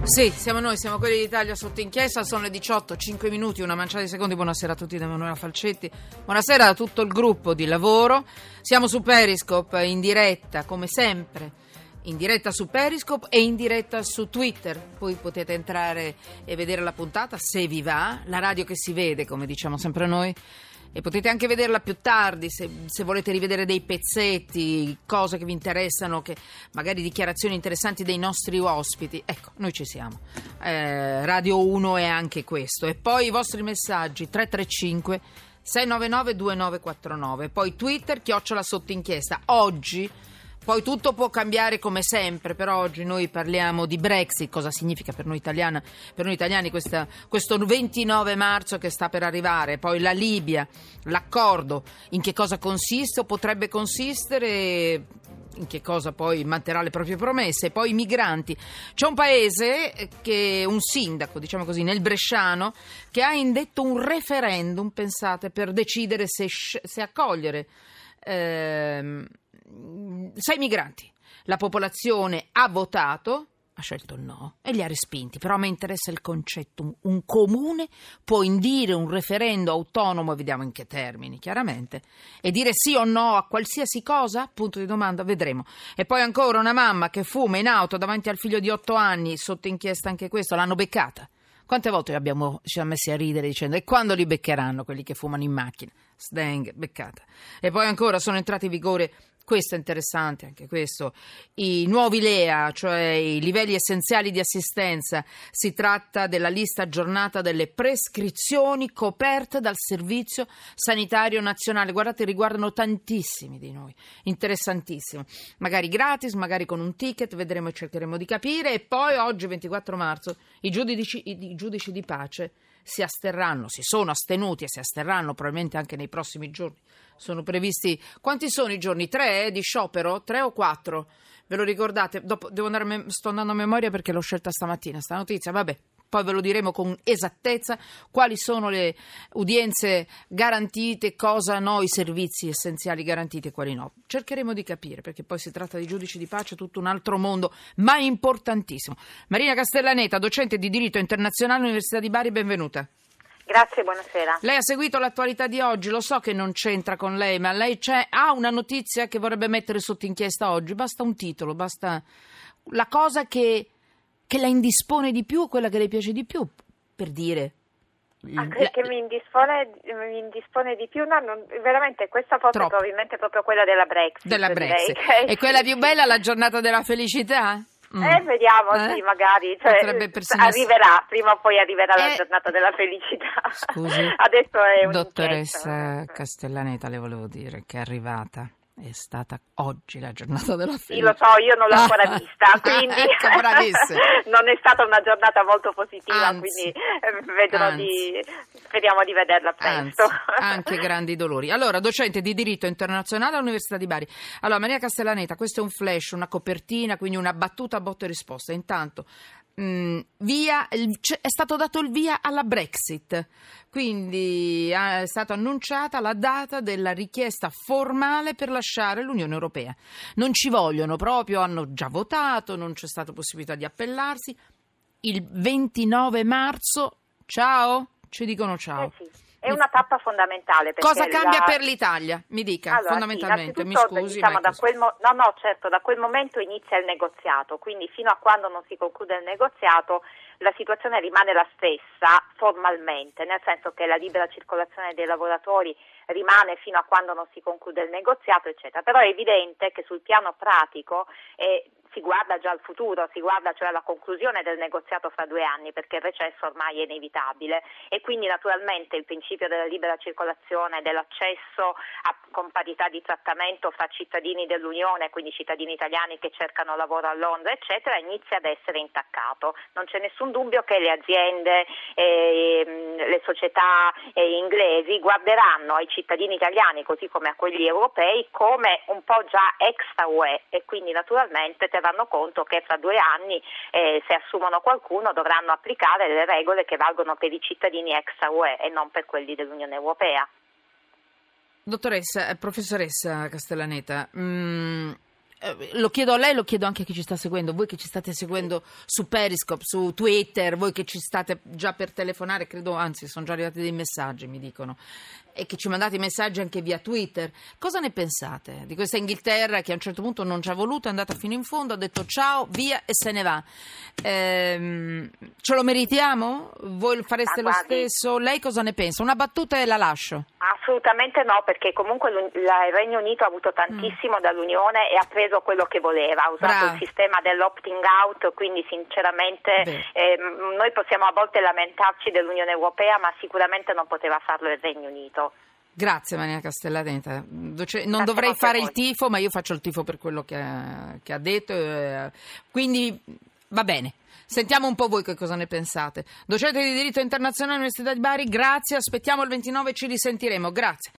Sì, siamo noi, siamo quelli d'Italia sotto inchiesta, sono le 18, 5 minuti, una manciata di secondi. Buonasera a tutti da Emanuela Falcetti, buonasera a tutto il gruppo di lavoro. Siamo su Periscope in diretta, come sempre, in diretta su Periscope e in diretta su Twitter. Poi potete entrare e vedere la puntata, se vi va, la radio che si vede, come diciamo sempre noi. E potete anche vederla più tardi se volete rivedere dei pezzetti, cose che vi interessano, che magari dichiarazioni interessanti dei nostri ospiti. Ecco, noi ci siamo. Radio 1 è anche questo. E poi i vostri messaggi 335 699 2949. Poi Twitter @sottoinchiesta. Oggi poi tutto può cambiare come sempre, però oggi noi parliamo di Brexit, cosa significa per noi italiani questo 29 marzo che sta per arrivare, poi la Libia, l'accordo, in che cosa consiste o potrebbe consistere, in che cosa poi manterrà le proprie promesse, poi i migranti. C'è un paese un sindaco, diciamo così, nel Bresciano, che ha indetto un referendum, pensate, per decidere se accogliere 6 migranti. La popolazione ha votato, ha scelto il no e li ha respinti. Però a me interessa il concetto: un comune può indire un referendum autonomo, vediamo in che termini chiaramente, e dire sì o no a qualsiasi cosa? Punto di domanda, vedremo. E poi ancora una mamma che fuma in auto davanti al figlio di 8 anni, sotto inchiesta anche questo, l'hanno beccata. Quante volte ci siamo messi a ridere dicendo: e quando li beccheranno quelli che fumano in macchina? Sdeng, beccata. E poi ancora sono entrati in vigore, questo è interessante, anche questo, i nuovi LEA, cioè i livelli essenziali di assistenza. Si tratta della lista aggiornata delle prescrizioni coperte dal Servizio Sanitario Nazionale. Guardate, riguardano tantissimi di noi, interessantissimo. Magari gratis, magari con un ticket, vedremo e cercheremo di capire. E poi oggi, 24 marzo, i giudici di pace si sono astenuti e si asterranno probabilmente anche nei prossimi giorni. Sono previsti, quanti sono i giorni? 3 di sciopero? 3 o 4? Ve lo ricordate? Dopo sto andando a memoria perché l'ho scelta stamattina sta notizia, vabbè. Poi ve lo diremo con esattezza quali sono le udienze garantite, cosa no, i servizi essenziali garantiti e quali no. Cercheremo di capire, perché poi si tratta di giudici di pace, tutto un altro mondo, ma importantissimo. Marina Castellaneta, docente di diritto internazionale all'Università di Bari, benvenuta. Grazie, buonasera. Lei ha seguito l'attualità di oggi, lo so che non c'entra con lei, ma lei ha una notizia che vorrebbe mettere sotto inchiesta oggi, basta un titolo, basta la cosa che la indispone di più, quella che le piace di più, per dire. Che mi indispone di più? No, veramente questa foto è probabilmente proprio quella della Brexit. Direi. E quella più bella, la giornata della felicità? Vediamo, sì, magari. Arriverà, prima o poi arriverà la giornata della felicità. Scusi, adesso è dottoressa Castellaneta, le volevo dire che è arrivata. È stata oggi la giornata della felicità. Sì, lo so, io non l'ho ancora vista, quindi non è stata una giornata molto positiva, quindi speriamo di vederla presto. Anche grandi dolori. Allora, docente di diritto internazionale all'Università di Bari. Allora, Maria Castellaneta, questo è un flash, una copertina, quindi una battuta a botte e risposta. Intanto, è stato dato il via alla Brexit, quindi è stata annunciata la data della richiesta formale per lasciare l'Unione Europea. Non ci vogliono proprio, hanno già votato, non c'è stata possibilità di appellarsi. Il 29 marzo, ciao, ci dicono ciao. Sì. È una tappa fondamentale. Cosa cambia per l'Italia? Mi dica, fondamentalmente, sì, mi scusi. Diciamo, da quel momento inizia il negoziato, quindi fino a quando non si conclude il negoziato la situazione rimane la stessa formalmente, nel senso che la libera circolazione dei lavoratori rimane fino a quando non si conclude il negoziato, eccetera. Però è evidente che sul piano pratico si guarda già al futuro, si guarda cioè alla conclusione del negoziato fra 2 anni, perché il recesso ormai è inevitabile e quindi naturalmente il principio della libera circolazione, dell'accesso con parità di trattamento fra cittadini dell'Unione, quindi cittadini italiani che cercano lavoro a Londra, eccetera, inizia ad essere intaccato. Non c'è nessun dubbio che le aziende, le società inglesi guarderanno ai cittadini italiani, così come a quelli europei, come un po' già extra UE e quindi naturalmente terranno conto che fra 2 anni se assumono qualcuno dovranno applicare le regole che valgono per i cittadini extra UE e non per quelli dell'Unione Europea. Professoressa Castellaneta, Lo chiedo a lei, lo chiedo anche a chi ci sta seguendo, voi che ci state seguendo su Periscope, su Twitter, voi che ci state già per telefonare, credo, anzi sono già arrivati dei messaggi, mi dicono, e che ci mandate i messaggi anche via Twitter. Cosa ne pensate di questa Inghilterra che a un certo punto non ci ha voluto, è andata fino in fondo, ha detto ciao, via e se ne va? Ce lo meritiamo? Voi fareste lo stesso? Lei cosa ne pensa? Una battuta e la lascio. Assolutamente no, perché comunque il Regno Unito ha avuto tantissimo dall'Unione e ha preso quello che voleva, ha usato il sistema dell'opting out, quindi sinceramente noi possiamo a volte lamentarci dell'Unione Europea, ma sicuramente non poteva farlo il Regno Unito. Grazie Maria Castellaneta. Non dovrei fare il tifo, ma io faccio il tifo per quello che ha detto, quindi va bene. Sentiamo un po' voi che cosa ne pensate. Docente di diritto internazionale all'Università di Bari, grazie, aspettiamo il 29 e ci risentiremo. Grazie.